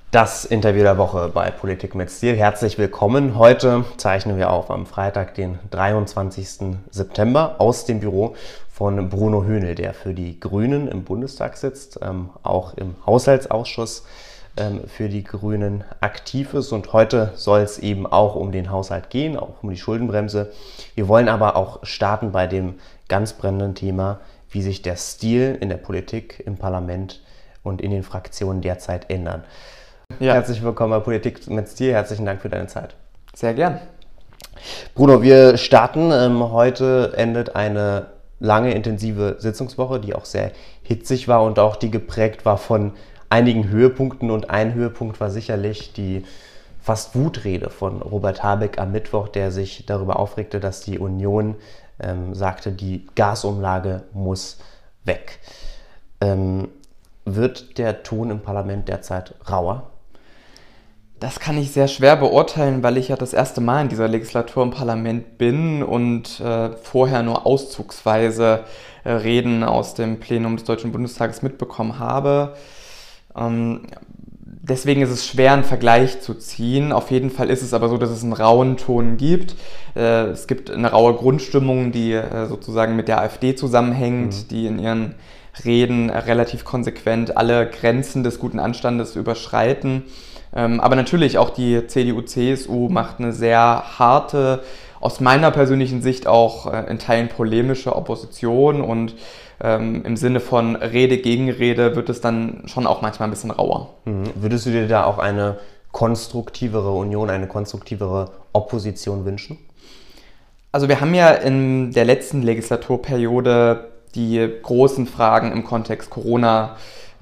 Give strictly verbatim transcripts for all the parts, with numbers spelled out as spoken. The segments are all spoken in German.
Das Interview der Woche bei Politik mit Stil. Herzlich willkommen. Heute zeichnen wir auf am Freitag, den dreiundzwanzigsten September, aus dem Büro von Bruno Höhnel, der für die Grünen im Bundestag sitzt, ähm, auch im Haushaltsausschuss ähm, für die Grünen aktiv ist. Und heute soll es eben auch um den Haushalt gehen, auch um die Schuldenbremse. Wir wollen aber auch starten bei dem ganz brennenden Thema, wie sich der Stil in der Politik, im Parlament und in den Fraktionen derzeit ändern. Ja. Herzlich willkommen bei Politik mit Stil. Herzlichen Dank für deine Zeit. Sehr gern. Bruno, wir starten. Ähm, heute endet eine lange, intensive Sitzungswoche, die auch sehr hitzig war und auch die geprägt war von einigen Höhepunkten. Und ein Höhepunkt war sicherlich die fast Wutrede von Robert Habeck am Mittwoch, der sich darüber aufregte, dass die Union ähm, sagte, die Gasumlage muss weg. Ähm, wird der Ton im Parlament derzeit rauer? Das kann ich sehr schwer beurteilen, weil ich ja das erste Mal in dieser Legislatur im Parlament bin und äh, vorher nur auszugsweise äh, Reden aus dem Plenum des Deutschen Bundestages mitbekommen habe. Ähm, deswegen ist es schwer, einen Vergleich zu ziehen. Auf jeden Fall ist es aber so, dass es einen rauen Ton gibt. Äh, es gibt eine raue Grundstimmung, die äh, sozusagen mit der AfD zusammenhängt, mhm. die in ihren Reden äh, relativ konsequent alle Grenzen des guten Anstandes überschreiten. Aber natürlich auch die C D U C S U macht eine sehr harte, aus meiner persönlichen Sicht auch in Teilen polemische Opposition und ähm, im Sinne von Rede gegen Rede wird es dann schon auch manchmal ein bisschen rauer. Mhm. Würdest du dir da auch eine konstruktivere Union, eine konstruktivere Opposition wünschen? Also wir haben ja in der letzten Legislaturperiode die großen Fragen im Kontext Corona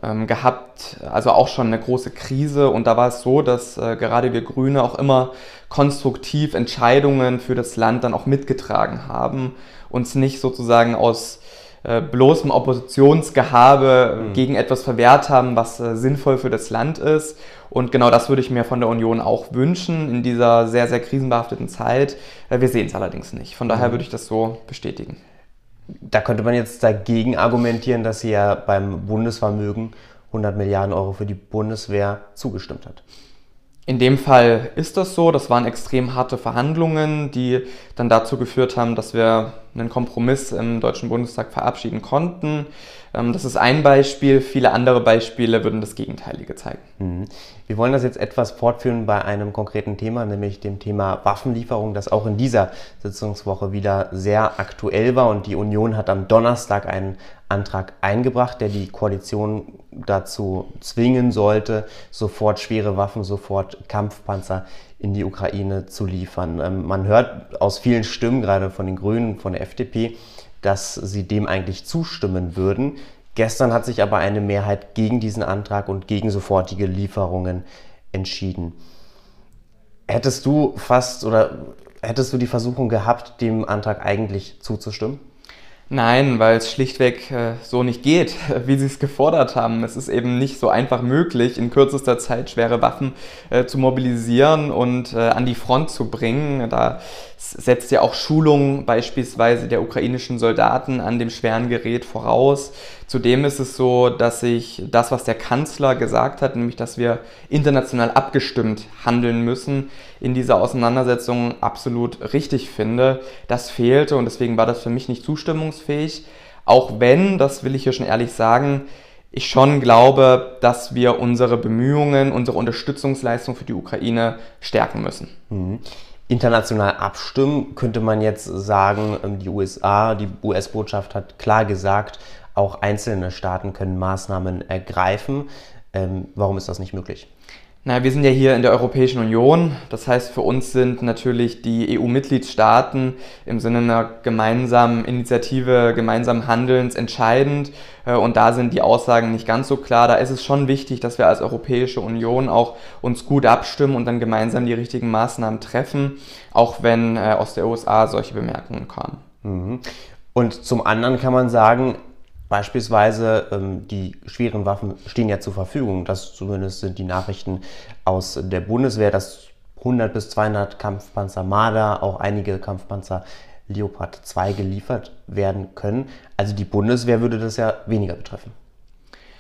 gehabt, also auch schon eine große Krise, und da war es so, dass äh, gerade wir Grüne auch immer konstruktiv Entscheidungen für das Land dann auch mitgetragen haben, uns nicht sozusagen aus äh, bloßem Oppositionsgehabe mhm. gegen etwas verwehrt haben, was äh, sinnvoll für das Land ist, und genau das würde ich mir von der Union auch wünschen in dieser sehr, sehr krisenbehafteten Zeit. Äh, wir sehen es allerdings nicht, von daher mhm. würde ich das so bestätigen. Da könnte man jetzt dagegen argumentieren, dass sie ja beim Bundesvermögen hundert Milliarden Euro für die Bundeswehr zugestimmt hat. In dem Fall ist das so. Das waren extrem harte Verhandlungen, die dann dazu geführt haben, dass wir einen Kompromiss im Deutschen Bundestag verabschieden konnten. Das ist ein Beispiel. Viele andere Beispiele würden das Gegenteilige zeigen. Wir wollen das jetzt etwas fortführen bei einem konkreten Thema, nämlich dem Thema Waffenlieferung, das auch in dieser Sitzungswoche wieder sehr aktuell war. Und die Union hat am Donnerstag einen Antrag eingebracht, der die Koalition dazu zwingen sollte, sofort schwere Waffen, sofort Kampfpanzer in die Ukraine zu liefern. Ähm, man hört aus vielen Stimmen, gerade von den Grünen, von der F D P, dass sie dem eigentlich zustimmen würden. Gestern hat sich aber eine Mehrheit gegen diesen Antrag und gegen sofortige Lieferungen entschieden. Hättest du fast oder hättest du die Versuchung gehabt, dem Antrag eigentlich zuzustimmen? Nein, weil es schlichtweg äh, so nicht geht, wie sie es gefordert haben. Es ist eben nicht so einfach möglich, in kürzester Zeit schwere Waffen äh, zu mobilisieren und äh, an die Front zu bringen. Da setzt ja auch Schulung beispielsweise der ukrainischen Soldaten an dem schweren Gerät voraus. Zudem ist es so, dass ich das, was der Kanzler gesagt hat, nämlich dass wir international abgestimmt handeln müssen, in dieser Auseinandersetzung absolut richtig finde. Das fehlte und deswegen war das für mich nicht zustimmungsfähig. Auch wenn, das will ich hier schon ehrlich sagen, ich schon glaube, dass wir unsere Bemühungen, unsere Unterstützungsleistung für die Ukraine stärken müssen. Mhm. International abstimmen könnte man jetzt sagen, die U S A, die U S-Botschaft hat klar gesagt, auch einzelne Staaten können Maßnahmen ergreifen. Ähm, warum ist das nicht möglich? Na, wir sind ja hier in der Europäischen Union. Das heißt, für uns sind natürlich die E U-Mitgliedstaaten im Sinne einer gemeinsamen Initiative, gemeinsamen Handelns entscheidend. Und da sind die Aussagen nicht ganz so klar. Da ist es schon wichtig, dass wir als Europäische Union auch uns gut abstimmen und dann gemeinsam die richtigen Maßnahmen treffen, auch wenn äh, aus der U S A solche Bemerkungen kamen. Mhm. Und zum anderen kann man sagen, beispielsweise ähm, die schweren Waffen stehen ja zur Verfügung. Das zumindest sind die Nachrichten aus der Bundeswehr, dass hundert bis zweihundert Kampfpanzer Marder, auch einige Kampfpanzer Leopard zwei geliefert werden können. Also die Bundeswehr würde das ja weniger betreffen.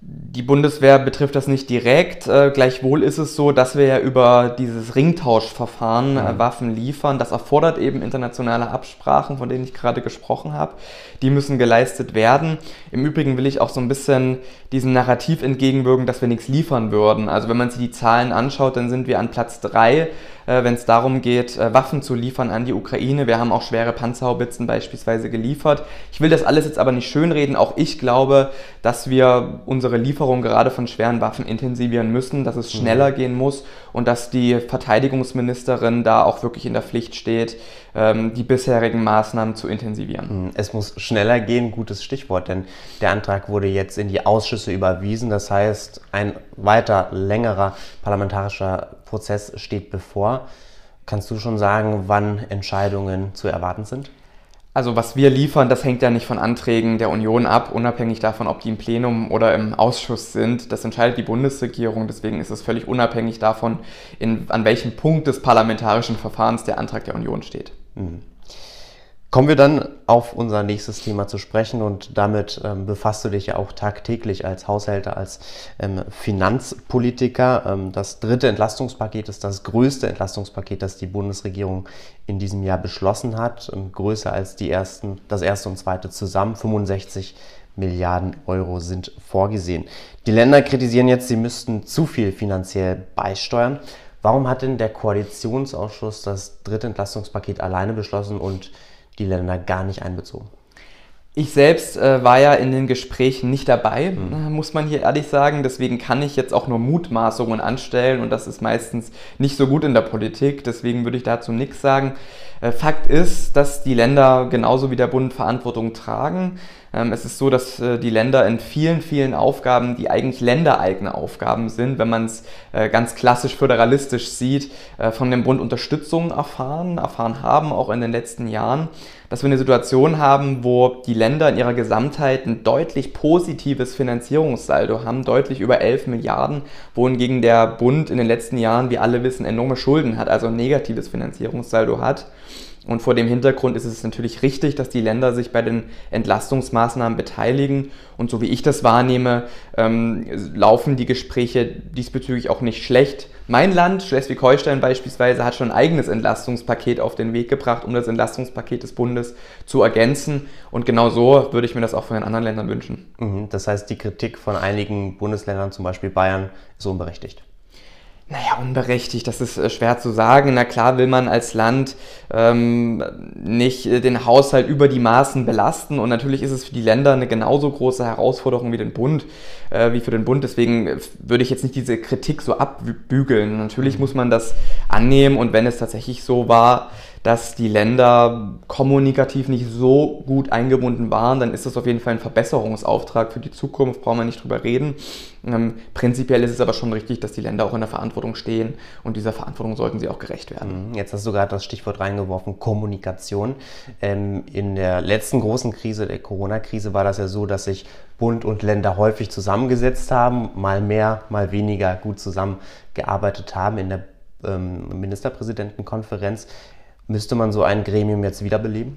Die Bundeswehr betrifft das nicht direkt. Äh, gleichwohl ist es so, dass wir ja über dieses Ringtauschverfahren äh, Waffen liefern. Das erfordert eben internationale Absprachen, von denen ich gerade gesprochen habe. Die müssen geleistet werden. Im Übrigen will ich auch so ein bisschen diesem Narrativ entgegenwirken, dass wir nichts liefern würden. Also wenn man sich die Zahlen anschaut, dann sind wir an Platz drei, äh, wenn es darum geht, äh, Waffen zu liefern an die Ukraine. Wir haben auch schwere Panzerhaubitzen beispielsweise geliefert. Ich will das alles jetzt aber nicht schönreden. Auch ich glaube, dass wir unsere Lieferung gerade von schweren Waffen intensivieren müssen, dass es schneller mhm. gehen muss und dass die Verteidigungsministerin da auch wirklich in der Pflicht steht, ähm, die bisherigen Maßnahmen zu intensivieren. Es muss schneller gehen, gutes Stichwort, denn der Antrag wurde jetzt in die Ausschüsse überwiesen. Das heißt, ein weiter längerer parlamentarischer Prozess steht bevor. Kannst du schon sagen, wann Entscheidungen zu erwarten sind? Also was wir liefern, das hängt ja nicht von Anträgen der Union ab, unabhängig davon, ob die im Plenum oder im Ausschuss sind. Das entscheidet die Bundesregierung, deswegen ist es völlig unabhängig davon, in, an welchem Punkt des parlamentarischen Verfahrens der Antrag der Union steht. Mhm. Kommen wir dann auf unser nächstes Thema zu sprechen und damit ähm, befasst du dich ja auch tagtäglich als Haushälter, als ähm, Finanzpolitiker. Ähm, das dritte Entlastungspaket ist das größte Entlastungspaket, das die Bundesregierung in diesem Jahr beschlossen hat, ähm, größer als die ersten, das erste und zweite zusammen. fünfundsechzig Milliarden Euro sind vorgesehen. Die Länder kritisieren jetzt, sie müssten zu viel finanziell beisteuern. Warum hat denn der Koalitionsausschuss das dritte Entlastungspaket alleine beschlossen und die Länder gar nicht einbezogen? Ich selbst äh, war ja in den Gesprächen nicht dabei, mhm. muss man hier ehrlich sagen. Deswegen kann ich jetzt auch nur Mutmaßungen anstellen und das ist meistens nicht so gut in der Politik. Deswegen würde ich dazu nichts sagen. Äh, Fakt ist, dass die Länder genauso wie der Bund Verantwortung tragen. Ähm, es ist so, dass äh, die Länder in vielen, vielen Aufgaben, die eigentlich ländereigene Aufgaben sind, wenn man es äh, ganz klassisch föderalistisch sieht, äh, von dem Bund Unterstützung erfahren, erfahren haben, auch in den letzten Jahren. Dass wir eine Situation haben, wo die Länder in ihrer Gesamtheit ein deutlich positives Finanzierungssaldo haben, deutlich über elf Milliarden, wohingegen der Bund in den letzten Jahren, wie alle wissen, enorme Schulden hat, also ein negatives Finanzierungssaldo hat. Und vor dem Hintergrund ist es natürlich richtig, dass die Länder sich bei den Entlastungsmaßnahmen beteiligen. Und so wie ich das wahrnehme, ähm, laufen die Gespräche diesbezüglich auch nicht schlecht. Mein Land, Schleswig-Holstein beispielsweise, hat schon ein eigenes Entlastungspaket auf den Weg gebracht, um das Entlastungspaket des Bundes zu ergänzen. Und genau so würde ich mir das auch von den anderen Ländern wünschen. Das heißt, die Kritik von einigen Bundesländern, zum Beispiel Bayern, ist unberechtigt. Naja, unberechtigt, das ist schwer zu sagen. Na klar will man als Land ähm, nicht den Haushalt über die Maßen belasten und natürlich ist es für die Länder eine genauso große Herausforderung wie den Bund, äh, wie für den Bund. Deswegen würde ich jetzt nicht diese Kritik so abbügeln. Natürlich muss man das annehmen und wenn es tatsächlich so war, dass die Länder kommunikativ nicht so gut eingebunden waren, dann ist das auf jeden Fall ein Verbesserungsauftrag für die Zukunft, brauchen wir nicht drüber reden. Ähm, prinzipiell ist es aber schon richtig, dass die Länder auch in der Verantwortung stehen und dieser Verantwortung sollten sie auch gerecht werden. Jetzt hast du gerade das Stichwort reingeworfen, Kommunikation. Ähm, in der letzten großen Krise, der Corona-Krise, war das ja so, dass sich Bund und Länder häufig zusammengesetzt haben, mal mehr, mal weniger gut zusammengearbeitet haben in der ähm, Ministerpräsidentenkonferenz. Müsste man so ein Gremium jetzt wiederbeleben?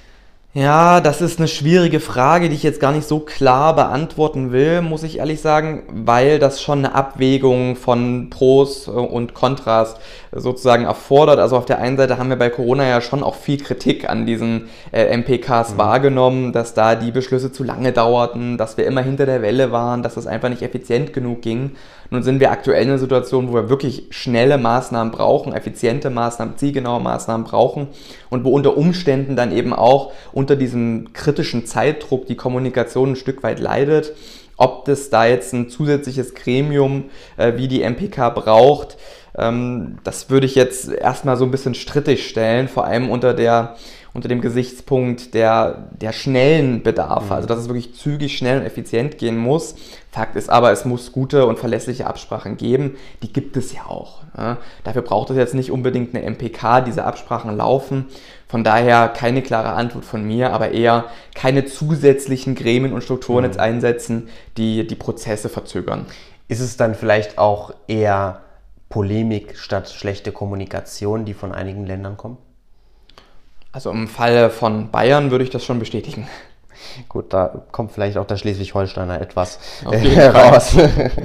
Ja, das ist eine schwierige Frage, die ich jetzt gar nicht so klar beantworten will, muss ich ehrlich sagen, weil das schon eine Abwägung von Pros und Kontras sozusagen erfordert. Also auf der einen Seite haben wir bei Corona ja schon auch viel Kritik an diesen äh, M P Ks mhm. wahrgenommen, dass da die Beschlüsse zu lange dauerten, dass wir immer hinter der Welle waren, dass das einfach nicht effizient genug ging. Nun sind wir aktuell in einer Situation, wo wir wirklich schnelle Maßnahmen brauchen, effiziente Maßnahmen, zielgenaue Maßnahmen brauchen und wo unter Umständen dann eben auch unter diesem kritischen Zeitdruck die Kommunikation ein Stück weit leidet. Ob das da jetzt ein zusätzliches Gremium äh, wie die M P K braucht, ähm, das würde ich jetzt erstmal so ein bisschen strittig stellen, vor allem unter der unter dem Gesichtspunkt der, der schnellen Bedarfe, mhm. also dass es wirklich zügig, schnell und effizient gehen muss. Fakt ist aber, es muss gute und verlässliche Absprachen geben, die gibt es ja auch. Ja. Dafür braucht es jetzt nicht unbedingt eine M P K, diese Absprachen laufen. Von daher keine klare Antwort von mir, aber eher keine zusätzlichen Gremien und Strukturen mhm. jetzt einsetzen, die die Prozesse verzögern. Ist es dann vielleicht auch eher Polemik statt schlechte Kommunikation, die von einigen Ländern kommt? Also im Falle von Bayern würde ich das schon bestätigen. Gut, da kommt vielleicht auch der Schleswig-Holsteiner etwas Auf jeden heraus.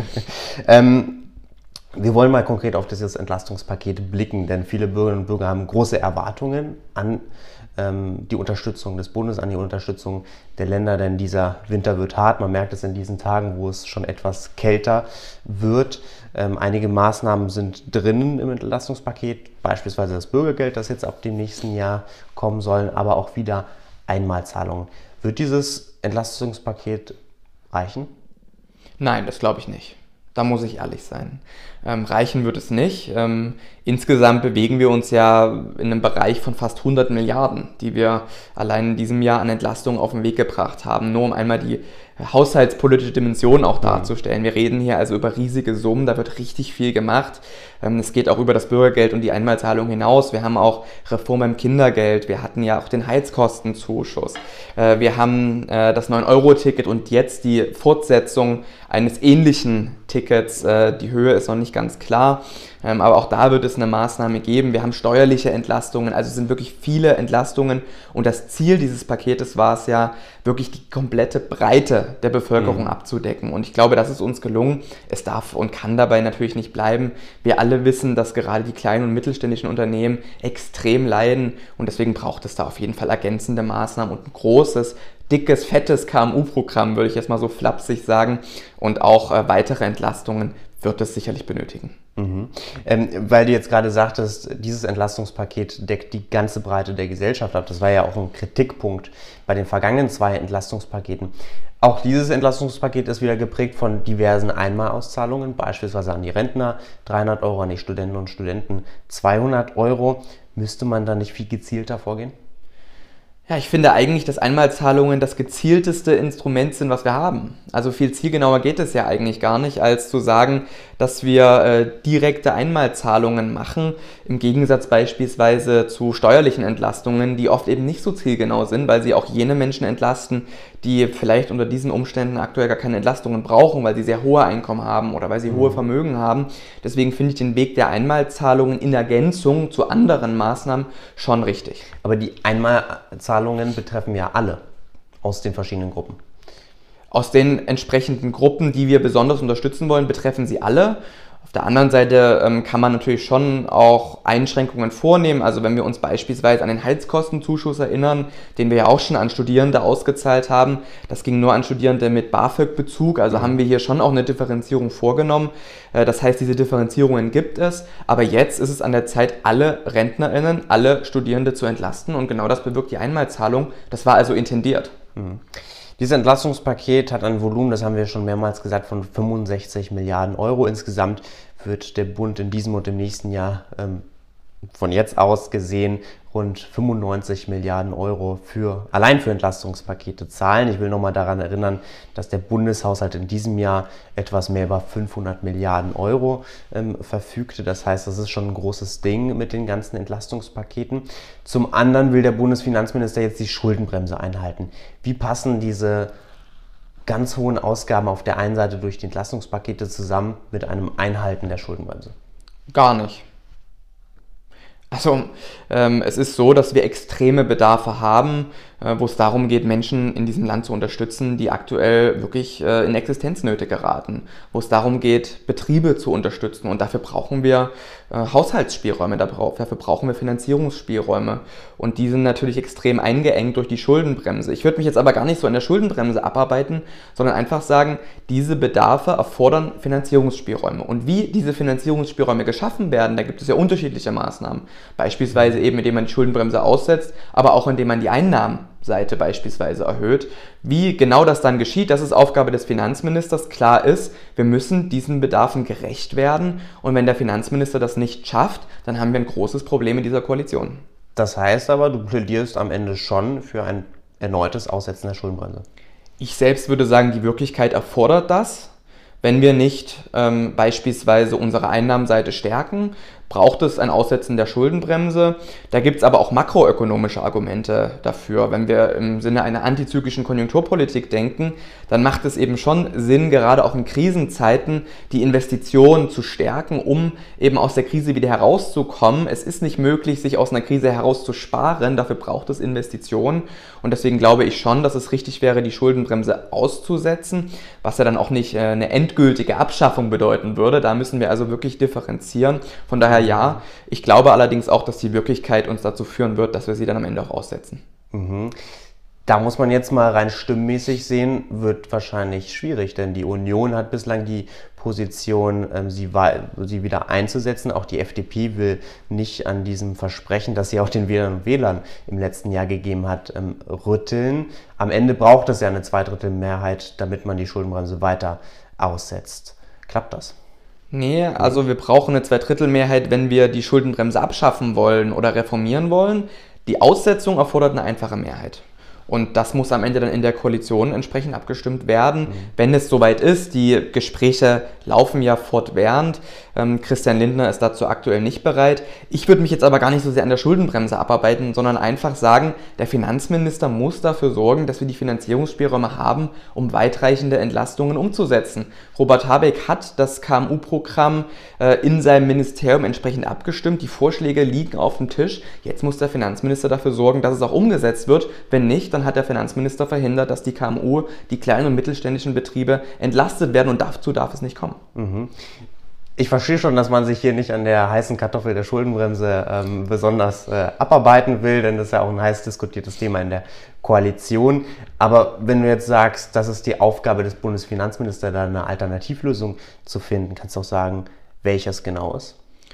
ähm, wir wollen mal konkret auf dieses Entlastungspaket blicken, denn viele Bürgerinnen und Bürger haben große Erwartungen an ähm, die Unterstützung des Bundes, an die Unterstützung der Länder, denn dieser Winter wird hart. Man merkt es in diesen Tagen, wo es schon etwas kälter wird. Ähm, einige Maßnahmen sind drinnen im Entlastungspaket, beispielsweise das Bürgergeld, das jetzt ab dem nächsten Jahr kommen soll, aber auch wieder Einmalzahlungen. Wird dieses Entlastungspaket reichen? Nein, das glaube ich nicht. Da muss ich ehrlich sein. Ähm, reichen wird es nicht. Ähm, insgesamt bewegen wir uns ja in einem Bereich von fast hundert Milliarden, die wir allein in diesem Jahr an Entlastungen auf den Weg gebracht haben. Nur um einmal die haushaltspolitische Dimension auch darzustellen. Wir reden hier also über riesige Summen, da wird richtig viel gemacht. Ähm, es geht auch über das Bürgergeld und die Einmalzahlung hinaus. Wir haben auch Reform im Kindergeld, wir hatten ja auch den Heizkostenzuschuss. Äh, wir haben äh, das neun Euro Ticket und jetzt die Fortsetzung eines ähnlichen Tickets. Äh, die Höhe ist noch nicht ganz klar, ähm, aber auch da wird es eine Maßnahme geben. Wir haben steuerliche Entlastungen, also es sind wirklich viele Entlastungen und das Ziel dieses Paketes war es ja, wirklich die komplette Breite der Bevölkerung mhm. abzudecken. Und ich glaube, das ist uns gelungen. Es darf und kann dabei natürlich nicht bleiben. Wir alle wissen, dass gerade die kleinen und mittelständischen Unternehmen extrem leiden und deswegen braucht es da auf jeden Fall ergänzende Maßnahmen und ein großes, dickes, fettes K M U-Programm, würde ich jetzt mal so flapsig sagen. Und auch äh, weitere Entlastungen wird es sicherlich benötigen. Mhm. Ähm, weil du jetzt gerade sagtest, dieses Entlastungspaket deckt die ganze Breite der Gesellschaft ab. Das war ja auch ein Kritikpunkt bei den vergangenen zwei Entlastungspaketen. Auch dieses Entlastungspaket ist wieder geprägt von diversen Einmalauszahlungen, beispielsweise an die Rentner dreihundert Euro, an die Studentinnen und Studenten zweihundert Euro. Müsste man da nicht viel gezielter vorgehen? Ja, ich finde eigentlich, dass Einmalzahlungen das gezielteste Instrument sind, was wir haben. Also viel zielgenauer geht es ja eigentlich gar nicht, als zu sagen, dass wir äh, direkte Einmalzahlungen machen, im Gegensatz beispielsweise zu steuerlichen Entlastungen, die oft eben nicht so zielgenau sind, weil sie auch jene Menschen entlasten, die vielleicht unter diesen Umständen aktuell gar keine Entlastungen brauchen, weil sie sehr hohe Einkommen haben oder weil sie mhm. hohe Vermögen haben. Deswegen finde ich den Weg der Einmalzahlungen in Ergänzung zu anderen Maßnahmen schon richtig. Aber die Einmalzahlungen betreffen ja alle aus den verschiedenen Gruppen. Aus den entsprechenden Gruppen, die wir besonders unterstützen wollen, betreffen sie alle. Auf der anderen Seite ähm, kann man natürlich schon auch Einschränkungen vornehmen. Also wenn wir uns beispielsweise an den Heizkostenzuschuss erinnern, den wir ja auch schon an Studierende ausgezahlt haben, das ging nur an Studierende mit BAföG-Bezug, also mhm. haben wir hier schon auch eine Differenzierung vorgenommen. Äh, das heißt, diese Differenzierungen gibt es, aber jetzt ist es an der Zeit, alle RentnerInnen, alle Studierende zu entlasten und genau das bewirkt die Einmalzahlung. Das war also intendiert. Mhm. Dieses Entlastungspaket hat ein Volumen, das haben wir schon mehrmals gesagt, von fünfundsechzig Milliarden Euro. Insgesamt wird der Bund in diesem und im nächsten Jahr ähm, von jetzt aus gesehen rund fünfundneunzig Milliarden Euro für, allein für Entlastungspakete zahlen. Ich will nochmal daran erinnern, dass der Bundeshaushalt in diesem Jahr etwas mehr über fünfhundert Milliarden Euro ähm, verfügte. Das heißt, das ist schon ein großes Ding mit den ganzen Entlastungspaketen. Zum anderen will der Bundesfinanzminister jetzt die Schuldenbremse einhalten. Wie passen diese ganz hohen Ausgaben auf der einen Seite durch die Entlastungspakete zusammen mit einem Einhalten der Schuldenbremse? Gar nicht. Also ähm, es ist so, dass wir extreme Bedarfe haben, äh, wo es darum geht, Menschen in diesem Land zu unterstützen, die aktuell wirklich äh, in Existenznöte geraten, wo es darum geht, Betriebe zu unterstützen und dafür brauchen wir äh, Haushaltsspielräume, dafür brauchen wir Finanzierungsspielräume und die sind natürlich extrem eingeengt durch die Schuldenbremse. Ich würde mich jetzt aber gar nicht so an der Schuldenbremse abarbeiten, sondern einfach sagen, diese Bedarfe erfordern Finanzierungsspielräume und wie diese Finanzierungsspielräume geschaffen werden, da gibt es ja unterschiedliche Maßnahmen. Beispielsweise eben, indem man die Schuldenbremse aussetzt, aber auch indem man die Einnahmenseite beispielsweise erhöht. Wie genau das dann geschieht, das ist Aufgabe des Finanzministers. Klar ist, wir müssen diesen Bedarfen gerecht werden und wenn der Finanzminister das nicht schafft, dann haben wir ein großes Problem in dieser Koalition. Das heißt aber, du plädierst am Ende schon für ein erneutes Aussetzen der Schuldenbremse. Ich selbst würde sagen, die Wirklichkeit erfordert das. Wenn wir nicht ähm, beispielsweise unsere Einnahmenseite stärken, braucht es ein Aussetzen der Schuldenbremse. Da gibt es aber auch makroökonomische Argumente dafür. Wenn wir im Sinne einer antizyklischen Konjunkturpolitik denken, dann macht es eben schon Sinn, gerade auch in Krisenzeiten die Investitionen zu stärken, um eben aus der Krise wieder herauszukommen. Es ist nicht möglich, sich aus einer Krise heraus zu sparen. Dafür braucht es Investitionen. Und deswegen glaube ich schon, dass es richtig wäre, die Schuldenbremse auszusetzen, was ja dann auch nicht eine endgültige Abschaffung bedeuten würde. Da müssen wir also wirklich differenzieren. Von daher ja. Ich glaube allerdings auch, dass die Wirklichkeit uns dazu führen wird, dass wir sie dann am Ende auch aussetzen. Mhm. Da muss man jetzt mal rein stimmmäßig sehen, wird wahrscheinlich schwierig, denn die Union hat bislang die Position, ähm, sie, sie wieder einzusetzen. Auch die F D P will nicht an diesem Versprechen, das sie auch den Wählerinnen und Wählern im letzten Jahr gegeben hat, ähm, rütteln. Am Ende braucht es ja eine Zweidrittelmehrheit, damit man die Schuldenbremse weiter aussetzt. Klappt das? Nee, also wir brauchen eine Zweidrittelmehrheit, wenn wir die Schuldenbremse abschaffen wollen oder reformieren wollen. Die Aussetzung erfordert eine einfache Mehrheit. Und das muss am Ende dann in der Koalition entsprechend abgestimmt werden, mhm. wenn es soweit ist. Die Gespräche laufen ja fortwährend. Ähm, Christian Lindner ist dazu aktuell nicht bereit. Ich würde mich jetzt aber gar nicht so sehr an der Schuldenbremse abarbeiten, sondern einfach sagen, der Finanzminister muss dafür sorgen, dass wir die Finanzierungsspielräume haben, um weitreichende Entlastungen umzusetzen. Robert Habeck hat das K M U-Programm äh, in seinem Ministerium entsprechend abgestimmt. Die Vorschläge liegen auf dem Tisch. Jetzt muss der Finanzminister dafür sorgen, dass es auch umgesetzt wird. Wenn nicht, dann hat der Finanzminister verhindert, dass die K M U, die kleinen und mittelständischen Betriebe entlastet werden und dazu darf es nicht kommen. Mhm. Ich verstehe schon, dass man sich hier nicht an der heißen Kartoffel der Schuldenbremse ähm, besonders äh, abarbeiten will, denn das ist ja auch ein heiß diskutiertes Thema in der Koalition. Aber wenn du jetzt sagst, das ist die Aufgabe des Bundesfinanzministers, da eine Alternativlösung zu finden, kannst du auch sagen, welches genau ist?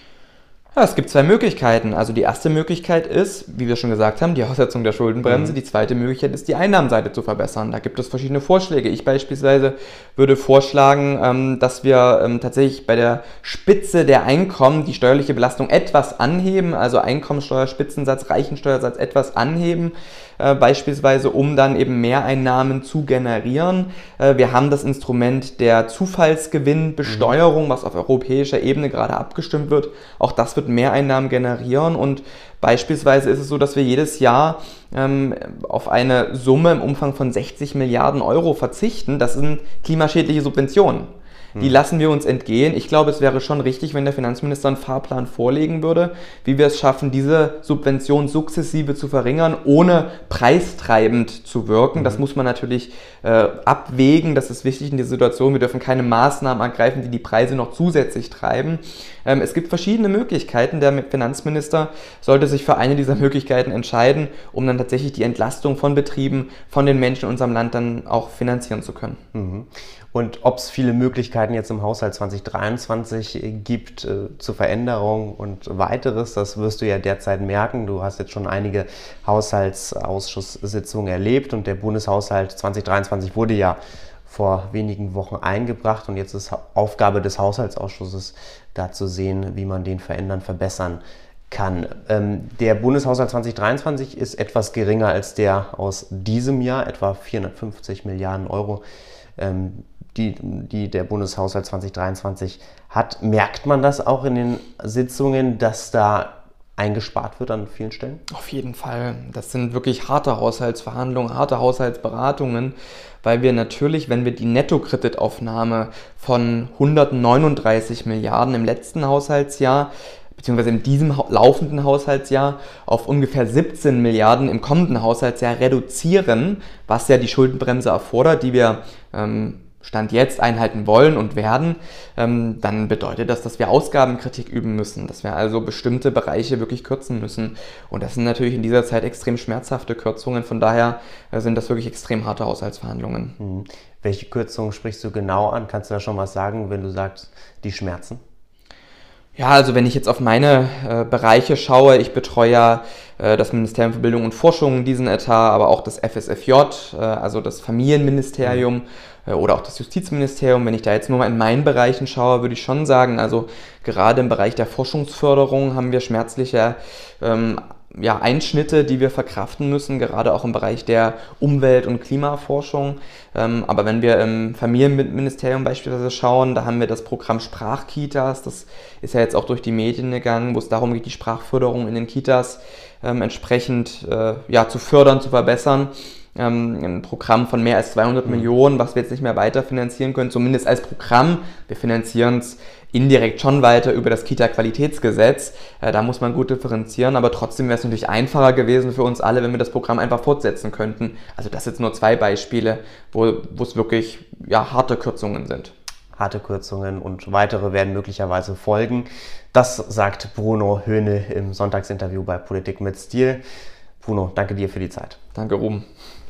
Ja, es gibt zwei Möglichkeiten. Also die erste Möglichkeit ist, wie wir schon gesagt haben, die Aussetzung der Schuldenbremse. Mhm. Die zweite Möglichkeit ist, die Einnahmenseite zu verbessern. Da gibt es verschiedene Vorschläge. Ich beispielsweise würde vorschlagen, dass wir tatsächlich bei der Spitze der Einkommen die steuerliche Belastung etwas anheben, also Einkommensteuerspitzensatz, Reichensteuersatz etwas anheben, beispielsweise um dann eben Mehreinnahmen zu generieren. Wir haben das Instrument der Zufallsgewinnbesteuerung, was auf europäischer Ebene gerade abgestimmt wird. Auch das wird Mehreinnahmen generieren und beispielsweise ist es so, dass wir jedes Jahr ähm, auf eine Summe im Umfang von sechzig Milliarden Euro verzichten. Das sind klimaschädliche Subventionen. Die lassen wir uns entgehen. Ich glaube, es wäre schon richtig, wenn der Finanzminister einen Fahrplan vorlegen würde, wie wir es schaffen, diese Subvention sukzessive zu verringern, ohne preistreibend zu wirken. Mhm. Das muss man natürlich äh, abwägen. Das ist wichtig in dieser Situation. Wir dürfen keine Maßnahmen ergreifen, die die Preise noch zusätzlich treiben. Ähm, es gibt verschiedene Möglichkeiten. Der Finanzminister sollte sich für eine dieser Möglichkeiten entscheiden, um dann tatsächlich die Entlastung von Betrieben, von den Menschen in unserem Land dann auch finanzieren zu können. Mhm. Und ob es viele Möglichkeiten jetzt im Haushalt zwanzig dreiundzwanzig gibt äh, zur Veränderung und weiteres, das wirst du ja derzeit merken. Du hast jetzt schon einige Haushaltsausschusssitzungen erlebt und der Bundeshaushalt zwanzig dreiundzwanzig wurde ja vor wenigen Wochen eingebracht und jetzt ist Aufgabe des Haushaltsausschusses, da zu sehen, wie man den verändern, verbessern kann. Ähm, der Bundeshaushalt zwanzig dreiundzwanzig ist etwas geringer als der aus diesem Jahr, etwa vierhundertfünfzig Milliarden Euro. Ähm, Die, die der Bundeshaushalt zwanzig dreiundzwanzig hat. Merkt man das auch in den Sitzungen, dass da eingespart wird an vielen Stellen? Auf jeden Fall. Das sind wirklich harte Haushaltsverhandlungen, harte Haushaltsberatungen, weil wir natürlich, wenn wir die Nettokreditaufnahme von hundertneununddreißig Milliarden im letzten Haushaltsjahr beziehungsweise in diesem laufenden Haushaltsjahr auf ungefähr siebzehn Milliarden im kommenden Haushaltsjahr reduzieren, was ja die Schuldenbremse erfordert, die wir ähm, Stand jetzt einhalten wollen und werden, ähm, dann bedeutet das, dass wir Ausgabenkritik üben müssen, dass wir also bestimmte Bereiche wirklich kürzen müssen. Und das sind natürlich in dieser Zeit extrem schmerzhafte Kürzungen. Von daher äh, sind das wirklich extrem harte Haushaltsverhandlungen. Mhm. Welche Kürzungen sprichst du genau an? Kannst du da schon was sagen, wenn du sagst, die schmerzen? Ja, also wenn ich jetzt auf meine äh, Bereiche schaue, ich betreue ja äh, das Ministerium für Bildung und Forschung, diesen Etat, aber auch das F S F J, äh, also das Familienministerium äh, oder auch das Justizministerium. Wenn ich da jetzt nur mal in meinen Bereichen schaue, würde ich schon sagen, also gerade im Bereich der Forschungsförderung haben wir schmerzliche ähm, ja, Einschnitte, die wir verkraften müssen, gerade auch im Bereich der Umwelt- und Klimaforschung. Ähm, aber wenn wir im Familienministerium beispielsweise schauen, da haben wir das Programm Sprachkitas. Das ist ja jetzt auch durch die Medien gegangen, wo es darum geht, die Sprachförderung in den Kitas ähm, entsprechend äh, ja, zu fördern, zu verbessern. Ähm, ein Programm von mehr als zweihundert mhm. Millionen, was wir jetzt nicht mehr weiterfinanzieren können, zumindest als Programm. Wir finanzieren es indirekt schon weiter über das Kita-Qualitätsgesetz. Äh, da muss man gut differenzieren, aber trotzdem wäre es natürlich einfacher gewesen für uns alle, wenn wir das Programm einfach fortsetzen könnten. Also das sind jetzt nur zwei Beispiele, wo wo es wirklich ja, harte Kürzungen sind. Harte Kürzungen und weitere werden möglicherweise folgen. Das sagt Bruno Höhne im Sonntagsinterview bei Politik mit Stil. Bruno, danke dir für die Zeit. Danke, Ruben.